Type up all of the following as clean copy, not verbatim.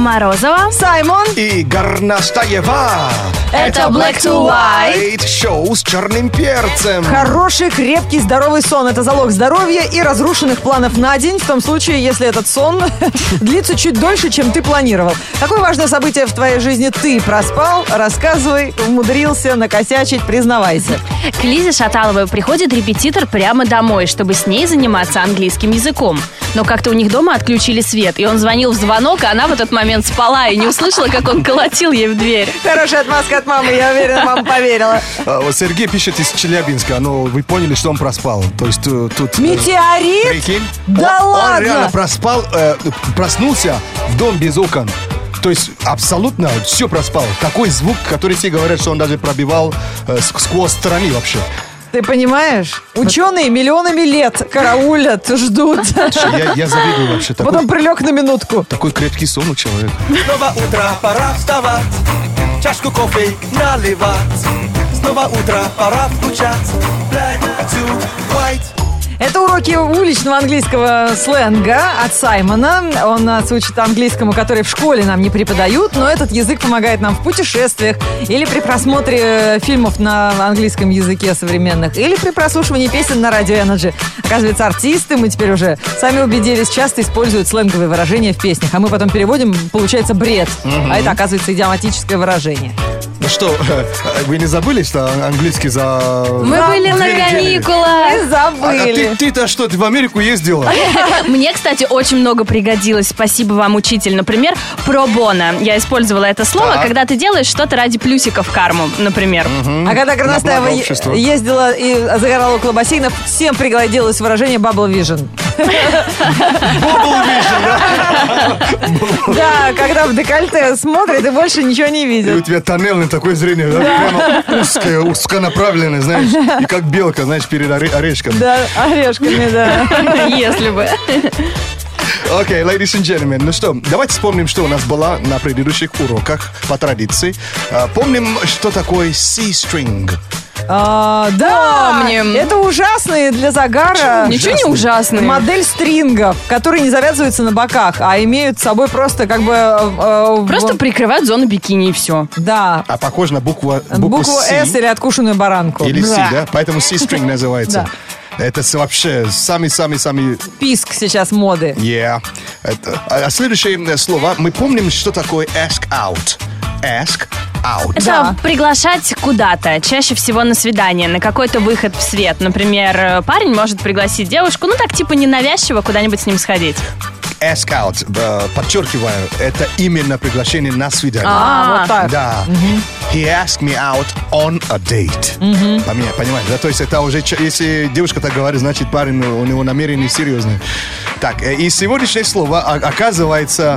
Морозова, Саймон и Горностаева. Это Black to White. Шоу с черным перцем. Хороший, крепкий, здоровый сон – это залог здоровья и разрушенных планов на день, в том случае, если этот сон длится чуть дольше, чем ты планировал. Какое важное событие в твоей жизни ты проспал? Рассказывай, умудрился накосячить, признавайся. К Лизе Шаталовой приходит репетитор прямо домой, чтобы с ней заниматься английским языком. Но как-то у них дома отключили свет, и он звонил в звонок, а она в этот момент спала и не услышала, как он колотил ей в дверь. Хорошая отмазка от мамы, я уверена, мама поверила. Сергей пишет из Челябинска, но вы поняли, что он проспал. То есть тут... Метеорит? Прикинь? Да ладно? Он реально проспал, проснулся в дом без окон. То есть абсолютно все проспал. Такой звук, который все говорят, что он даже пробивал сквозь страны вообще. Ты понимаешь? Ученые миллионами лет караулят, ждут. Я завидую вообще. Потом прилег на минутку. Такой крепкий сон у человека. Снова утро, пора вставать, чашку кофе наливать. Снова утро, пора включаться. Black to white. Это уроки уличного английского сленга от Саймона. Он нас учит английскому, который в школе нам не преподают, но этот язык помогает нам в путешествиях или при просмотре фильмов на английском языке современных, или при прослушивании песен на радио Energy. Оказывается, артисты, мы теперь уже сами убедились, часто используют сленговые выражения в песнях, а мы потом переводим, получается бред. А это, оказывается, идиоматическое выражение. Ну что, вы не забыли, что английский за... Мы были на каникулах. Мы забыли. Ты-то что, ты в Америку ездила? Мне, кстати, очень много пригодилось. Спасибо вам, учитель. Например, pro bono. Я использовала это слово, когда ты делаешь что-то ради плюсиков в карму, например. А когда Горностаева ездила и загорала около бассейнов, всем пригодилось выражение bubble vision. Bubble vision, да? Да, когда в декольте смотрит и больше ничего не И видит. у тебя тоннельное такое зрение, да? Прямо узкое, узконаправленное, знаешь, и как белка, знаешь, перед орешком. Да, орешками, да. Если бы. Окей, ladies and gentlemen, ну что, давайте вспомним, что у нас было на предыдущих уроках по традиции. Помним, что такое C-string. Да, Помним. это ужасные для загара. Ничего не ужасное. Модель стрингов, которые не завязываются на боках, а имеют с собой просто как бы... Просто прикрывают зону бикини и все. Да. А похоже на букву Букву C. S или откушенную баранку. Или C, да? Поэтому C-string называется. Это вообще самый-самый-самый... Писк сейчас моды. Yeah. А следующее слово. Мы помним, что такое ask out. Ask out. Это Да. приглашать куда-то, чаще всего на свидание, на какой-то выход в свет. Например, парень может пригласить девушку, ну так типа ненавязчиво куда-нибудь с ним сходить. Ask out, подчеркиваю, это именно приглашение на свидание. Вот так. Да. He asked me out on a date. Понимаешь, да? То есть это уже, если девушка так говорит, значит парень, у него намерения серьезные. Так, и сегодняшнее слово, оказывается...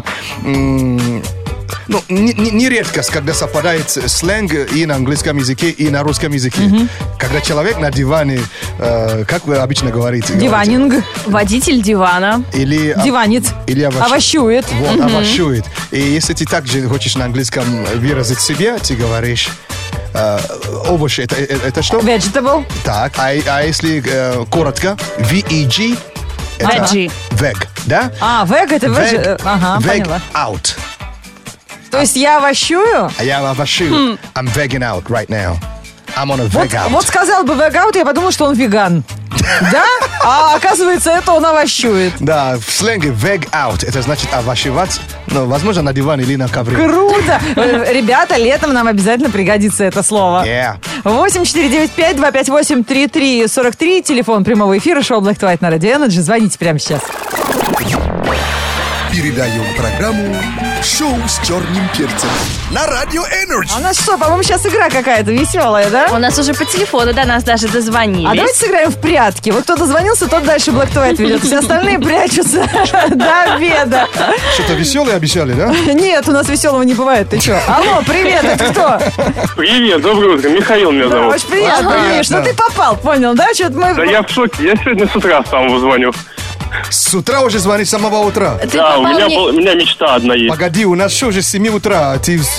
Ну, не редкость, когда совпадает сленг и на английском языке, и на русском языке. Когда человек на диване, как вы обычно говорите? Диванинг. Водитель дивана. Или... Диванит. Или Овощует. Вот, овощует. И если ты также хочешь на английском выразить себя, ты говоришь... овощи, это что? Vegetable. Так, а если коротко, V-E-G, это Veggie. veg, да? Veg это Veg, Ага, veg поняла. out. То есть я овощую? А я овощую. I'm vegging out right now. I'm on a veg out. Вот сказал бы veg out, я подумал, что он веган. Да? А оказывается, это он овощует. Да, в сленге veg out, это значит овощевать, ну, возможно, на диване или на ковре. Круто! Ребята, летом нам обязательно пригодится это слово. Yeah. 8495-258-3343, телефон прямого эфира, шоу Black to White на Radio Energy. Звоните прямо сейчас. Передаем программу «Шоу с черным перцем» на Радио Energy. А у нас что, по-моему, сейчас игра какая-то веселая, да? У нас уже по телефону до нас даже дозвонились. А давайте сыграем в прятки. Вот кто дозвонился, тот дальше Black to White ведет. Все остальные прячутся до обеда. Что-то веселое обещали, да? Нет, у нас веселого не бывает. Ты что? Алло, привет, это кто? Привет, доброе утро. Михаил меня Да, зовут. очень приятно, Ага. Миш. Ну ты попал, понял, да? Что-то мы... Да я в шоке. Я сегодня с утра сам звоню. С утра уже звонишь, с самого утра. Ты Да, у попал меня мечта одна есть. Погоди, у нас что же с 7 утра? Ты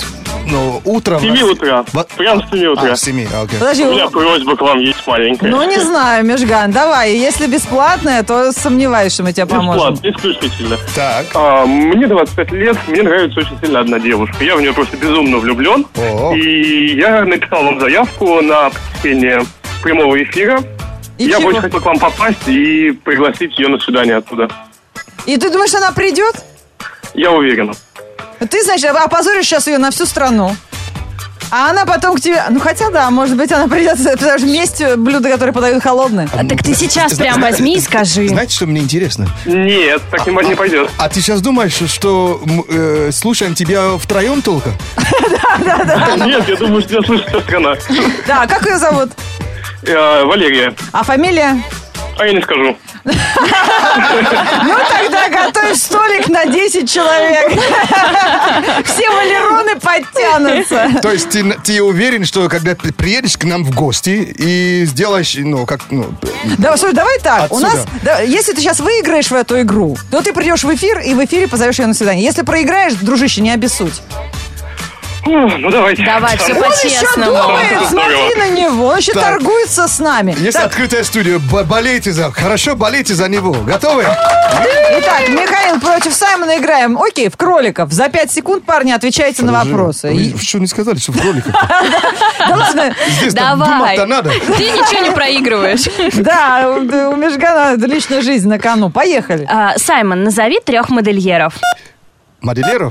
Ну, утром. С 7 утра. Прям с 7 утра. С 7, окей. Подожди, У меня просьба к вам есть маленькая. ну не знаю, Мишган, давай. Если бесплатное, то сомневаюсь, что мы тебе поможем. Бесплатно, исключительно. Так. Мне 25 лет, мне нравится очень сильно одна девушка. Я в нее просто безумно влюблен. О. И я написал вам заявку на посещение прямого эфира. И Я бы чего? очень хотел к вам попасть и пригласить ее на свидание оттуда. И ты думаешь, она придет? Я уверен. Ты, значит, опозоришь сейчас ее на всю страну. А она потом к тебе... Ну, хотя, да, может быть, она придет, потому что месть блюда, которые подают холодные. Так ты сейчас прям возьми и скажи. Знаете, что мне интересно? Нет, так не пойдет. А ты сейчас думаешь, что слушаем тебя втроем только? Нет, я думаю, что тебя слышит вся страна. Да, как ее зовут? Валерия. А фамилия? А я не скажу. Ну, тогда готовь столик на 10 человек. Все валероны подтянутся. То есть ты уверен, что когда ты приедешь к нам в гости и сделаешь, Да, слушай, давай так. У Отсюда. нас, если ты сейчас выиграешь в эту игру, то ты придешь в эфир и в эфире позовешь ее на свидание. Если проиграешь, дружище, не обессудь. Ну, давайте. Давай, все Он еще по-честному. думает, смотри на него, он еще Так. торгуется с нами. есть Так, открытая студия, болейте болейте за него. Готовы? итак, Михаил против Саймона играем. Окей, в кроликов. За 5 секунд, парни, отвечайте на вопросы. Вы что не сказали, что в кроликах? Да ладно, Здесь Давай. думать-то надо. Ты ничего не проигрываешь. да, у Мишгана личная жизнь на кону. Поехали. Саймон, назови 3 модельеров. Моделеров?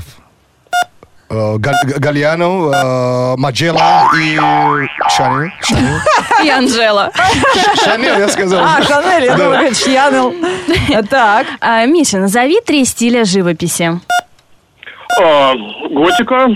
Гальяно, Маджела и Шанель. И Анжела. Шанель, я сказал. Шанель, я думала, говорит, Шьянел. Так. Миша, назови 3 стиля живописи. Готика,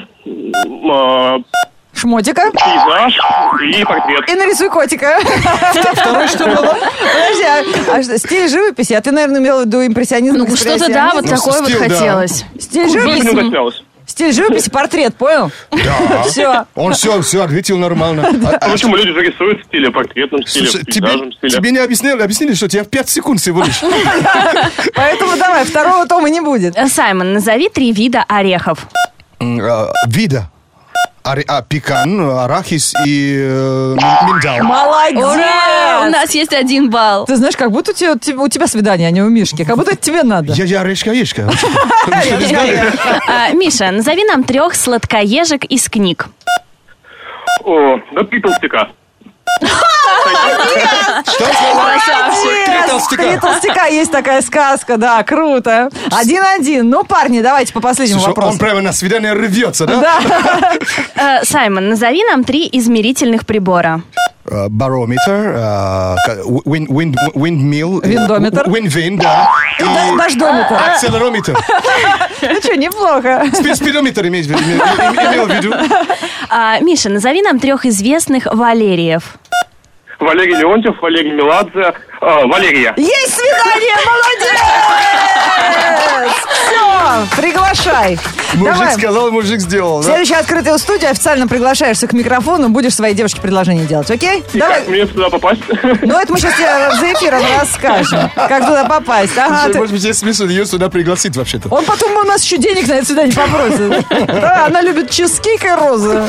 Шмотика. пейзаж и портрет. И нарисуй котика. Второй что было? Подожди, а что, стиль живописи? А ты, наверное, имел в виду импрессионизм? Ну, что-то, да, вот Ну, такое вот стиль, да. хотелось. Стиль Не живописи? уточнялось. Стиль живописи, портрет, понял? Да. Все. Он все ответил нормально. А почему люди же рисуют в стиле, портретном стиле, в Слушай, пейзажном стиле? тебе не объяснили, что тебя в 5 секунд всего лишь. Поэтому давай, второго тома не будет. Саймон, назови 3 вида орехов. Вида. Пекан, арахис и миндаль. Молодец! Ура! У нас есть 1 балл. Ты знаешь, как будто у тебя свидание, а не у Мишки. Как будто это тебе надо. Я орешка-ешка. Миша, назови нам 3 сладкоежек из книг. Да три толстяка. Что сказал? Три толстяка есть такая сказка, да, круто. 1-1. Ну, парни, давайте по последнему Слушай, он вопросу. прямо на свидание рвется, да? Да. Саймон, назови нам 3 измерительных прибора. Барометр, windmill. Виндометр. Windwind, да. И Дождометр. акселерометр. Ну что, неплохо. Спидометр имел в виду. Миша, назови нам 3 известных Валериев. Валерий Леонтьев, Валерий Меладзе, Валерия. Есть свидание, молодец! Все, приглашай. Мужик Давай. сказал, мужик сделал, да? Следующая открытая студия, официально приглашаешься к микрофону, будешь своей девушке предложение делать, окей? И Давай. как мне сюда попасть? Ну, это мы сейчас тебе за эфиром расскажем, как туда попасть. Ага, Слушай, ты- может быть, есть смысл ее сюда пригласить вообще-то. Он потом у нас еще денег на это свидание попросит. Да, она любит чизкейк и розы.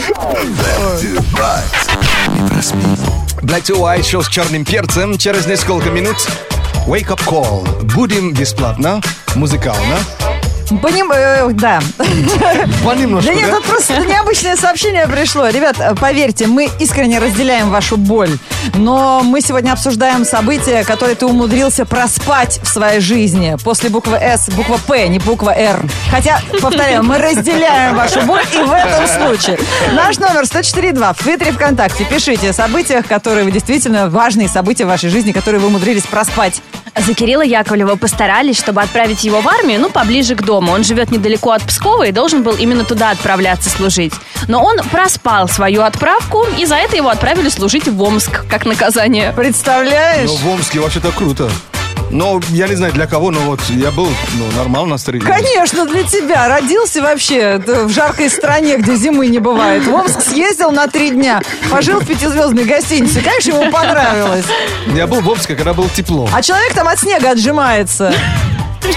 Black to White, шоу с черным перцем. Через несколько минут Wake Up Call. Будем бесплатно, музыкально. Да. Понемножку, Да нет, да? тут просто необычное сообщение пришло. Ребят, поверьте, мы искренне разделяем вашу боль. Но мы сегодня обсуждаем события, которые ты умудрился проспать в своей жизни. После буквы «С» буква «П», не буква «Р». Хотя, повторяю, мы разделяем вашу боль и в этом случае. Наш номер 104.2 в Твиттере, ВКонтакте. Пишите о событиях, которые вы действительно важные события в вашей жизни, которые вы умудрились проспать. За Кирилла Яковлева постарались, чтобы отправить его в армию, поближе к дому. Он живет недалеко от Пскова и должен был именно туда отправляться служить. Но он проспал свою отправку, и за это его отправили служить в Омск, как наказание. Представляешь? Ну, в Омске вообще-то круто. Но я не знаю для кого, но вот я был нормально старый. Конечно, для тебя. Родился вообще в жаркой стране, где зимы не бывает. В Омск съездил на 3 дня. Пожил в 5-звездной гостинице. Конечно, ему понравилось. Я был в Омске, когда было тепло. А человек там от снега отжимается.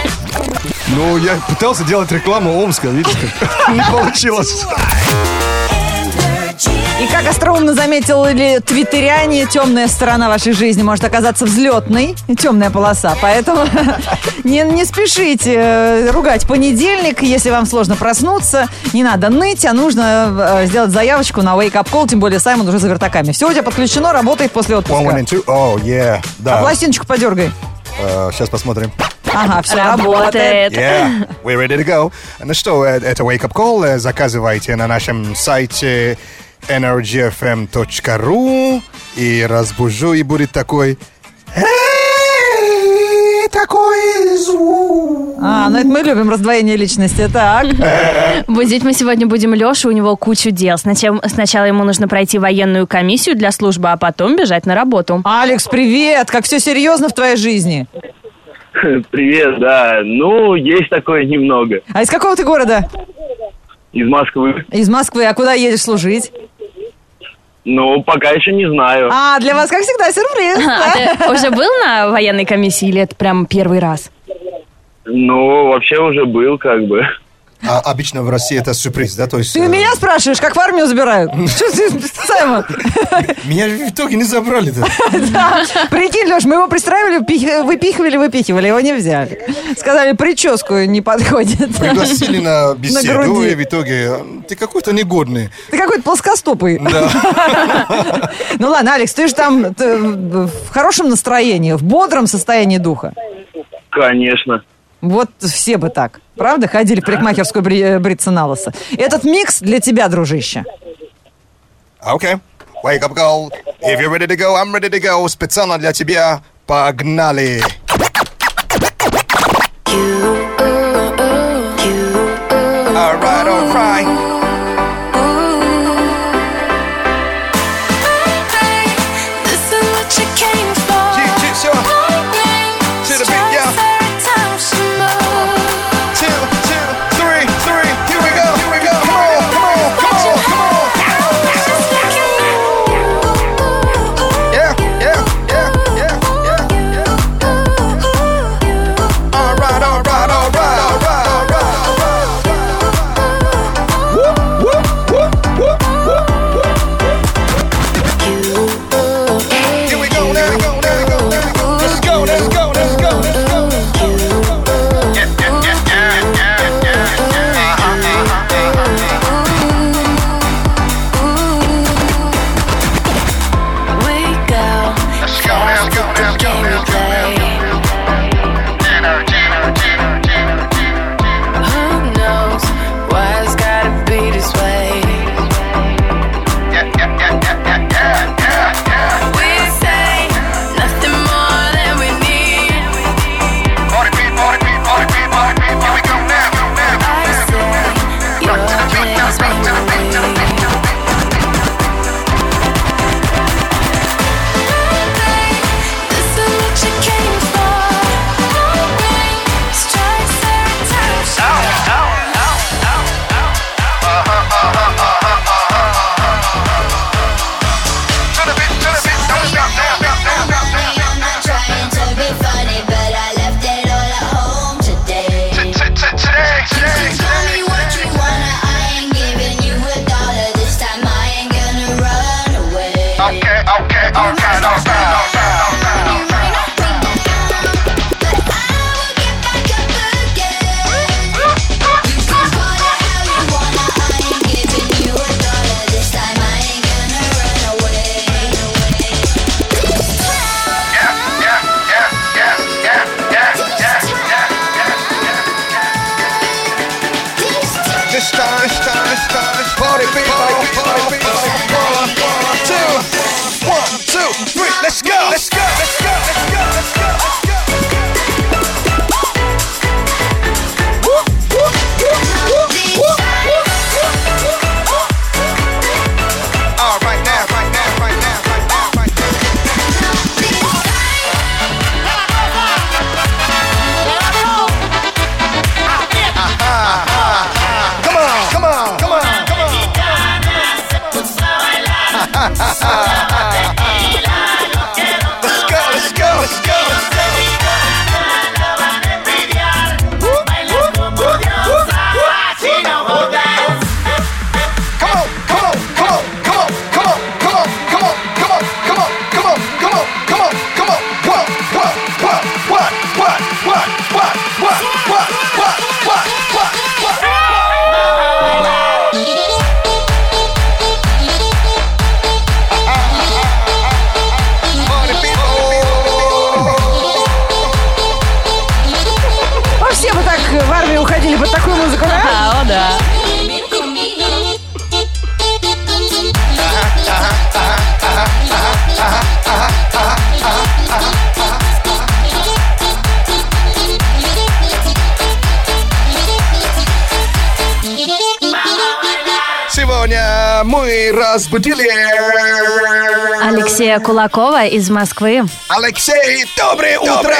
Ну, я пытался делать рекламу Омска, видите, как не получилось. И как остроумно заметили твиттеряне, темная сторона вашей жизни может оказаться взлетной, темная полоса. Поэтому не спешите ругать понедельник, если вам сложно проснуться. Не надо ныть, а нужно сделать заявочку на Wake Up Call, тем более Саймон уже за вертаками. Все у тебя подключено, работает после отпуска. Oh, yeah, да. А пластиночку подергай. Сейчас посмотрим. Ага, все работает. Yeah, we're ready to go. Ну что, это Wake Up Call. Заказывайте на нашем сайте energyfm.ru и разбужу, и будет такой... Такой звук. Ну это мы любим раздвоение личности, так. Будить мы сегодня будем Лешу, у него кучу дел. Сначала ему нужно пройти военную комиссию для службы, а потом бежать на работу. Алекс, привет! Как все серьезно в твоей жизни? Привет, да. Ну, есть такое немного. А из какого ты города? Из Москвы. Из Москвы. А куда едешь служить? Ну, пока еще не знаю. Для вас, как всегда, сюрприз. А ты уже был на военной комиссии или это прям первый раз? Ну, вообще уже был, как бы. А обычно в России это сюрприз, да? То есть, Ты меня спрашиваешь, как в армию забирают? Что ты, Саймон? Меня в итоге не забрали-то. Да. Прикинь, Леш, мы его пристраивали, выпихивали, его не взяли. Сказали, прическу не подходит. Пригласили на беседу, груди. и в итоге ты какой-то негодный. Ты какой-то плоскостопый. Да. Ну ладно, Алекс, ты же там в хорошем настроении, в бодром состоянии духа. Конечно. Вот все бы так. Правда? Ходили в парикмахерскую бриться на лысо. Этот микс для тебя, дружище. Окей. Wake up, call. If you're ready to go, I'm ready to go. Специально для тебя. Погнали. Alright, alright. Let's go. подходили под такую музыку, да? О, да. Сегодня мы разбудили Алексея Кулакова из Москвы. Алексей, доброе утро!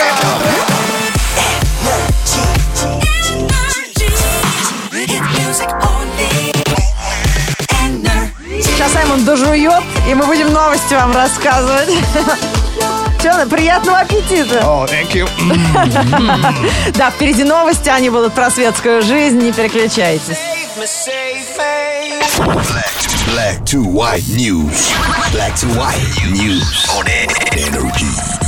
Сейчас Саймон дожует, и мы будем новости вам рассказывать. Все, приятного аппетита. О, thank you. Да, впереди новости, они будут про светскую жизнь, не переключайтесь. Black to white news. Black to white news on Energy.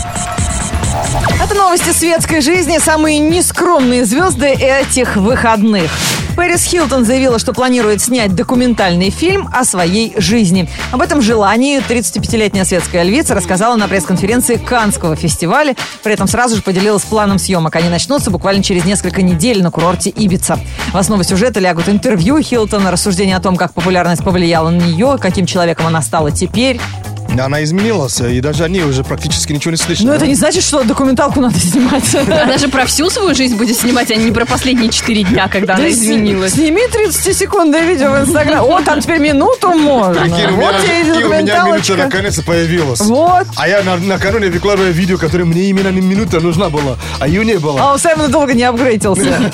Это новости светской жизни, самые нескромные звезды этих выходных. Пэрис Хилтон заявила, что планирует снять документальный фильм о своей жизни. Об этом желании 35-летняя светская львица рассказала на пресс-конференции Каннского фестиваля. При этом сразу же поделилась планом съемок. Они начнутся буквально через несколько недель на курорте Ибица. В основу сюжета лягут интервью Хилтона, рассуждения о том, как популярность повлияла на нее, каким человеком она стала теперь. Она изменилась, и даже о ней уже практически ничего не слышно. Но это не значит, что документалку надо снимать. Она же про всю свою жизнь будет снимать, а не про последние 4 дня, когда она изменилась. Сними 30-секундное видео в Инстаграм. О, там теперь минуту можно. Прикинь, Вот тебе и у меня минута документалочка. наконец-то появилась. Вот. А я накануне выкладываю видео, которое мне именно минута нужна была, а ее не было. А у Саймона долго не апгрейдился.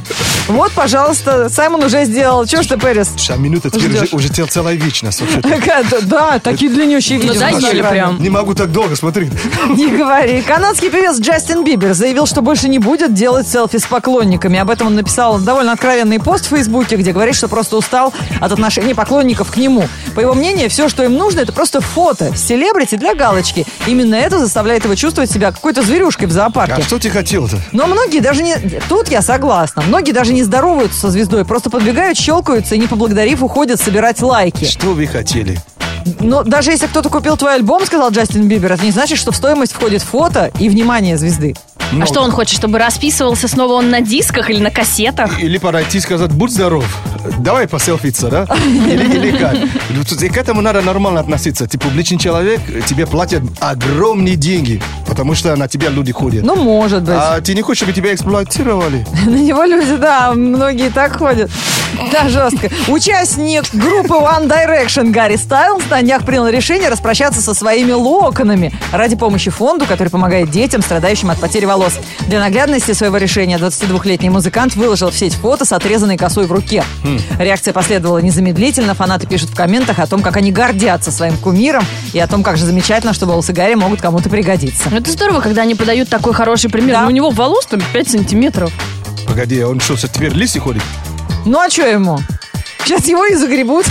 Вот, пожалуйста, Саймон уже сделал. Чего ж ты, Пэрис? А минута теперь Ждешь. уже целая вечность. вообще-то. Да, такие длиннющие видео. да, в еле Инстаграме. прям. Не могу так долго смотреть. Не говори. Канадский певец Джастин Бибер заявил, что больше не будет делать селфи с поклонниками. Об этом он написал довольно откровенный пост в Фейсбуке, где говорит, что просто устал от отношений поклонников к нему. По его мнению, все, что им нужно, это просто фото с селебрити для галочки. Именно это заставляет его чувствовать себя какой-то зверюшкой в зоопарке. А что ты хотел-то? Но многие даже не... Тут я согласна. Многие даже не здороваются со звездой, просто подбегают, щелкаются и, не поблагодарив, уходят собирать лайки. Что вы хотели? Но даже если кто-то купил твой альбом, сказал Джастин Бибер, это не значит, что в стоимость входит фото и внимание звезды. А что он хочет, чтобы расписывался снова он на дисках или на кассетах? Или подойти и сказать, будь здоров, давай поселфиться, да? Или как? И к этому надо нормально относиться. Ты публичный человек, тебе платят огромные деньги, потому что на тебя люди ходят. Ну, может быть. А ты не хочешь, чтобы тебя эксплуатировали? На него люди, да, многие так ходят. Да, жестко. Участник группы One Direction Гарри Стайлз на днях принял решение распрощаться со своими локонами ради помощи фонду, который помогает детям, страдающим от потери волос. Для наглядности своего решения 22-летний музыкант выложил в сеть фото с отрезанной косой в руке. Реакция последовала незамедлительно. Фанаты пишут в комментах о том, как они гордятся своим кумиром и о том, как же замечательно, что волосы Гарри могут кому-то пригодиться. Это здорово, когда они подают такой хороший пример. Да. Но у него волос там 5 сантиметров. Погоди, он что, теперь лысый ходит? Ну а что ему? Сейчас его и загребут.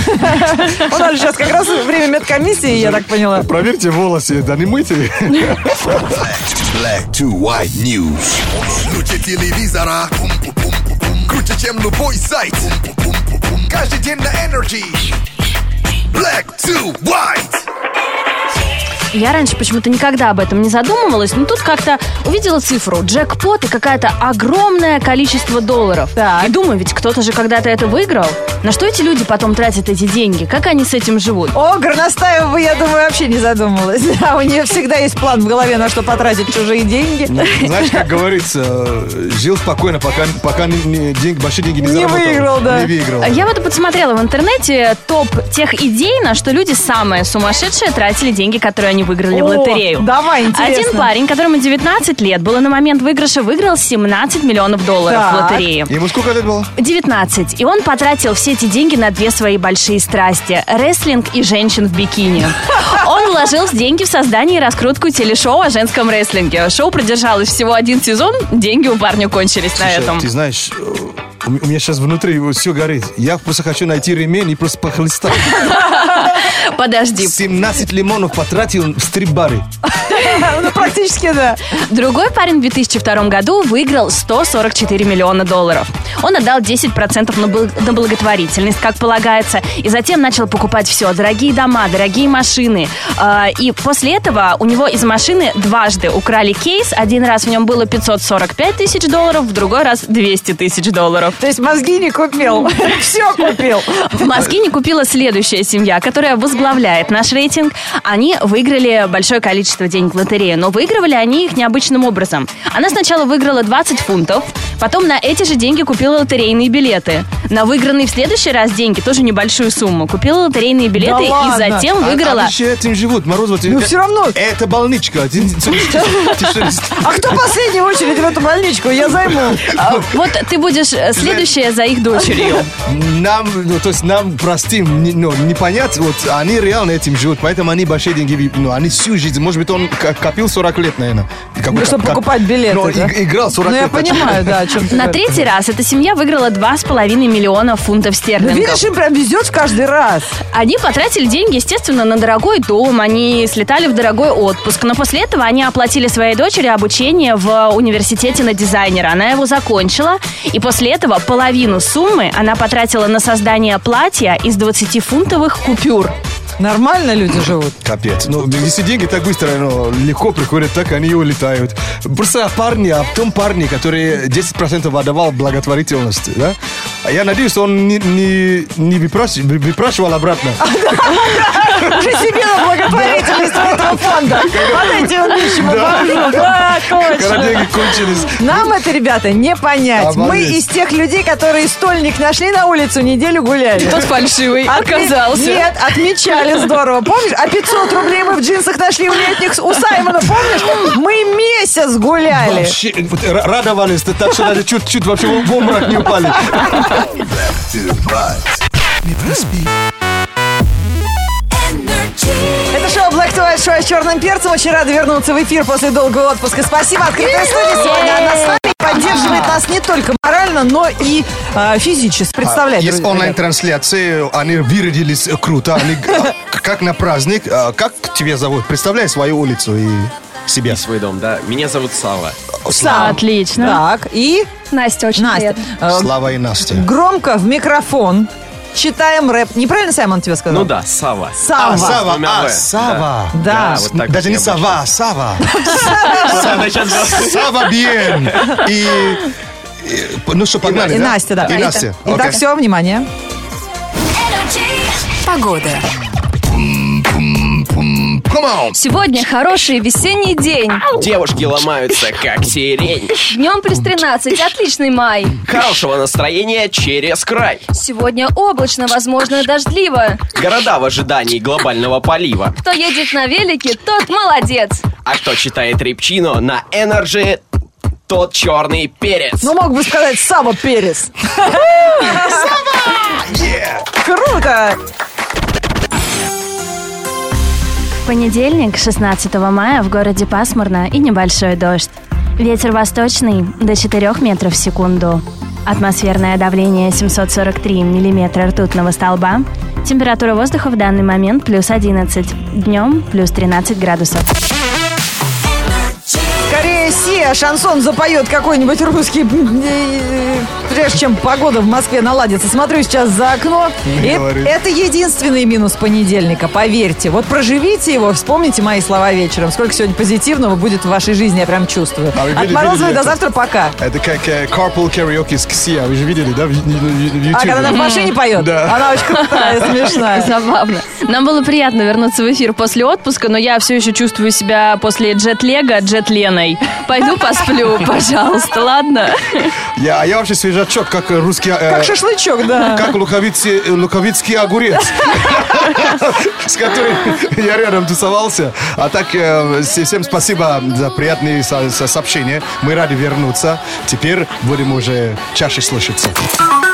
У нас же сейчас как раз время медкомиссии, я так поняла. Проверьте волосы, да не мойте. Black to white news. Круче телевизора. Круче, чем любой сайт. Каждый день на Energy. Black to white. Я раньше почему-то никогда об этом не задумывалась, но тут как-то увидела цифру. Джекпот и какое-то огромное количество долларов. Так. И думаю, ведь кто-то же когда-то это выиграл. На что эти люди потом тратят эти деньги? Как они с этим живут? О, Горностаева, я думаю, вообще не задумывалась. А у нее всегда есть план в голове, на что потратить чужие деньги. Знаешь, как говорится, жил спокойно, пока большие деньги не заработал. выиграл, да. Не выиграл. Я вот подсмотрела в интернете топ тех идей, на что люди самые сумасшедшие тратили деньги, которые они выиграли в лотерею. Давай, интересно. Один парень, которому 19 лет было на момент выигрыша, выиграл 17 миллионов долларов в Так. лотерее. Ему сколько лет было? 19. И он потратил все эти деньги на две свои большие страсти – рестлинг и женщин в бикини. Он вложил деньги в создание и раскрутку телешоу о женском рестлинге. Шоу продержалось всего 1 сезон, деньги у парня кончились на Слушай, этом. ты знаешь, у меня сейчас внутри все горит. Я просто хочу найти ремень и просто похлестать. Подожди. 17 лимонов потратил в стрип-баре. Ну, практически, да. Другой парень в 2002 году выиграл 144 миллиона долларов. Он отдал 10% на благотворительность, как полагается, и затем начал покупать все. Дорогие дома, дорогие машины. И после этого у него из машины дважды украли кейс. Один раз в нем было $545 тысяч, в другой раз $200 тысяч. То есть мозги не купил, все купил. Мозги не купила следующая семья, которая возглавляет наш рейтинг. Они выиграли большое количество денег в лотерее, но выигрывали они их необычным образом. Она сначала выиграла 20 фунтов, потом на эти же деньги купила лотерейные билеты. На выигранные в следующий раз деньги, тоже небольшую сумму, купила лотерейные билеты и затем выиграла... Они же этим живут, Морозова. Ну все равно. Это больничка. А кто последний в очереди в эту больничку? Я займу. Вот ты будешь следующая за их дочерью. Нам простым, не понять, вот они реально этим живут, поэтому они большие деньги, они всю жизнь, может быть, он копил 40 лет, наверное. Чтобы покупать билеты, но да? Играл 40 лет. Ну, я понимаю, да, о чем ты На говоришь. третий раз эта семья выиграла 2,5 миллиона фунтов стерлингов. Ну, видишь, им прям везет в каждый раз. Они потратили деньги, естественно, на дорогой дом, они слетали в дорогой отпуск, но после этого они оплатили своей дочери обучение в университете на дизайнера. Она его закончила, и после этого половину суммы она потратила на создание платья из 20-фунтовых купюр. Нормально люди живут. Капец. Ну, если деньги так быстро, легко приходят, так они и улетают. Просто парни, а потом парни, которые 10% отдавал благотворительности, да? А я надеюсь, он не выпрашивал обратно. Уже себе на благотворительность этого фонда. Подайте он нищему бомжу. Да, Когда точно. деньги кончились. Нам это, ребята, не понять. Мы Обалдеть. из тех людей, которые стольник нашли на улицу, неделю гуляли. Тот фальшивый оказался. Нет, отмечали здорово. Помнишь? А 500 рублей мы в джинсах нашли у летних у Саймона. Помнишь? Мы месяц гуляли. Вообще, вот, радовались, так что даже чуть-чуть вообще в обморок не упали. Black to white. Не проспи. Это шоу Black to White, шоу с черным перцем. Очень рада вернуться в эфир после долгого отпуска. Спасибо, открытая студия сегодня. Она с нами поддерживает нас не только морально, но и физически. Представляете? Есть друзья, онлайн-трансляции, они вырядились круто, они как на праздник. Как тебя зовут? Представляй свою улицу и себя. Свой дом, да. Меня зовут Сава. Сам. Отлично. Так, и Настя, очень Настя. приятно. Слава и Настя. Громко в микрофон читаем рэп. Неправильно Саймон тебе сказал? Ну да, Сава. Сава. Сава, двумя «в». Сава. Да. вот так Даже вот не я Сава, Сава. обычно. Сава Биен. Ну что, погнали, И да? Настя, да. И Настя. Итак, Окей. все, внимание. Погода. Come on. Сегодня хороший весенний день. Девушки ломаются, как сирень. Днем плюс 13, отличный май. Хорошего настроения через край. Сегодня облачно, возможно, дождливо. Города в ожидании глобального полива. Кто едет на велике, тот молодец. А кто читает репчино на Energy, тот черный перец. Ну, мог бы сказать Сава Перес. Круто! Понедельник, 16 мая, в городе пасмурно и небольшой дождь. Ветер восточный до 4 метров в секунду. Атмосферное давление 743 миллиметра ртутного столба. Температура воздуха в данный момент плюс 11. Днем плюс 13 градусов. Скорее Сия шансон запоет какой-нибудь русский, прежде чем погода в Москве наладится. Смотрю сейчас за окно. И говори. это единственный минус понедельника, поверьте. Вот проживите его, вспомните мои слова вечером. Сколько сегодня позитивного будет в вашей жизни, я прям чувствую. А вы От видели Морозовой до это? завтра пока. Это как carpool karaoke с Ксия. Вы же видели, да, в YouTube? А когда она в машине поет? Да. Она очень крутая, смешная. Забавно. Нам было приятно вернуться в эфир после отпуска, но я все еще чувствую себя после джет-лега джет-леной. Пойду посплю, пожалуйста, ладно? Я вообще свежачок, как русский... Как шашлычок, да. Как луковицкий огурец, с которым я рядом тусовался. А так, всем спасибо за приятные сообщения. Мы рады вернуться. Теперь будем уже чаще слышаться.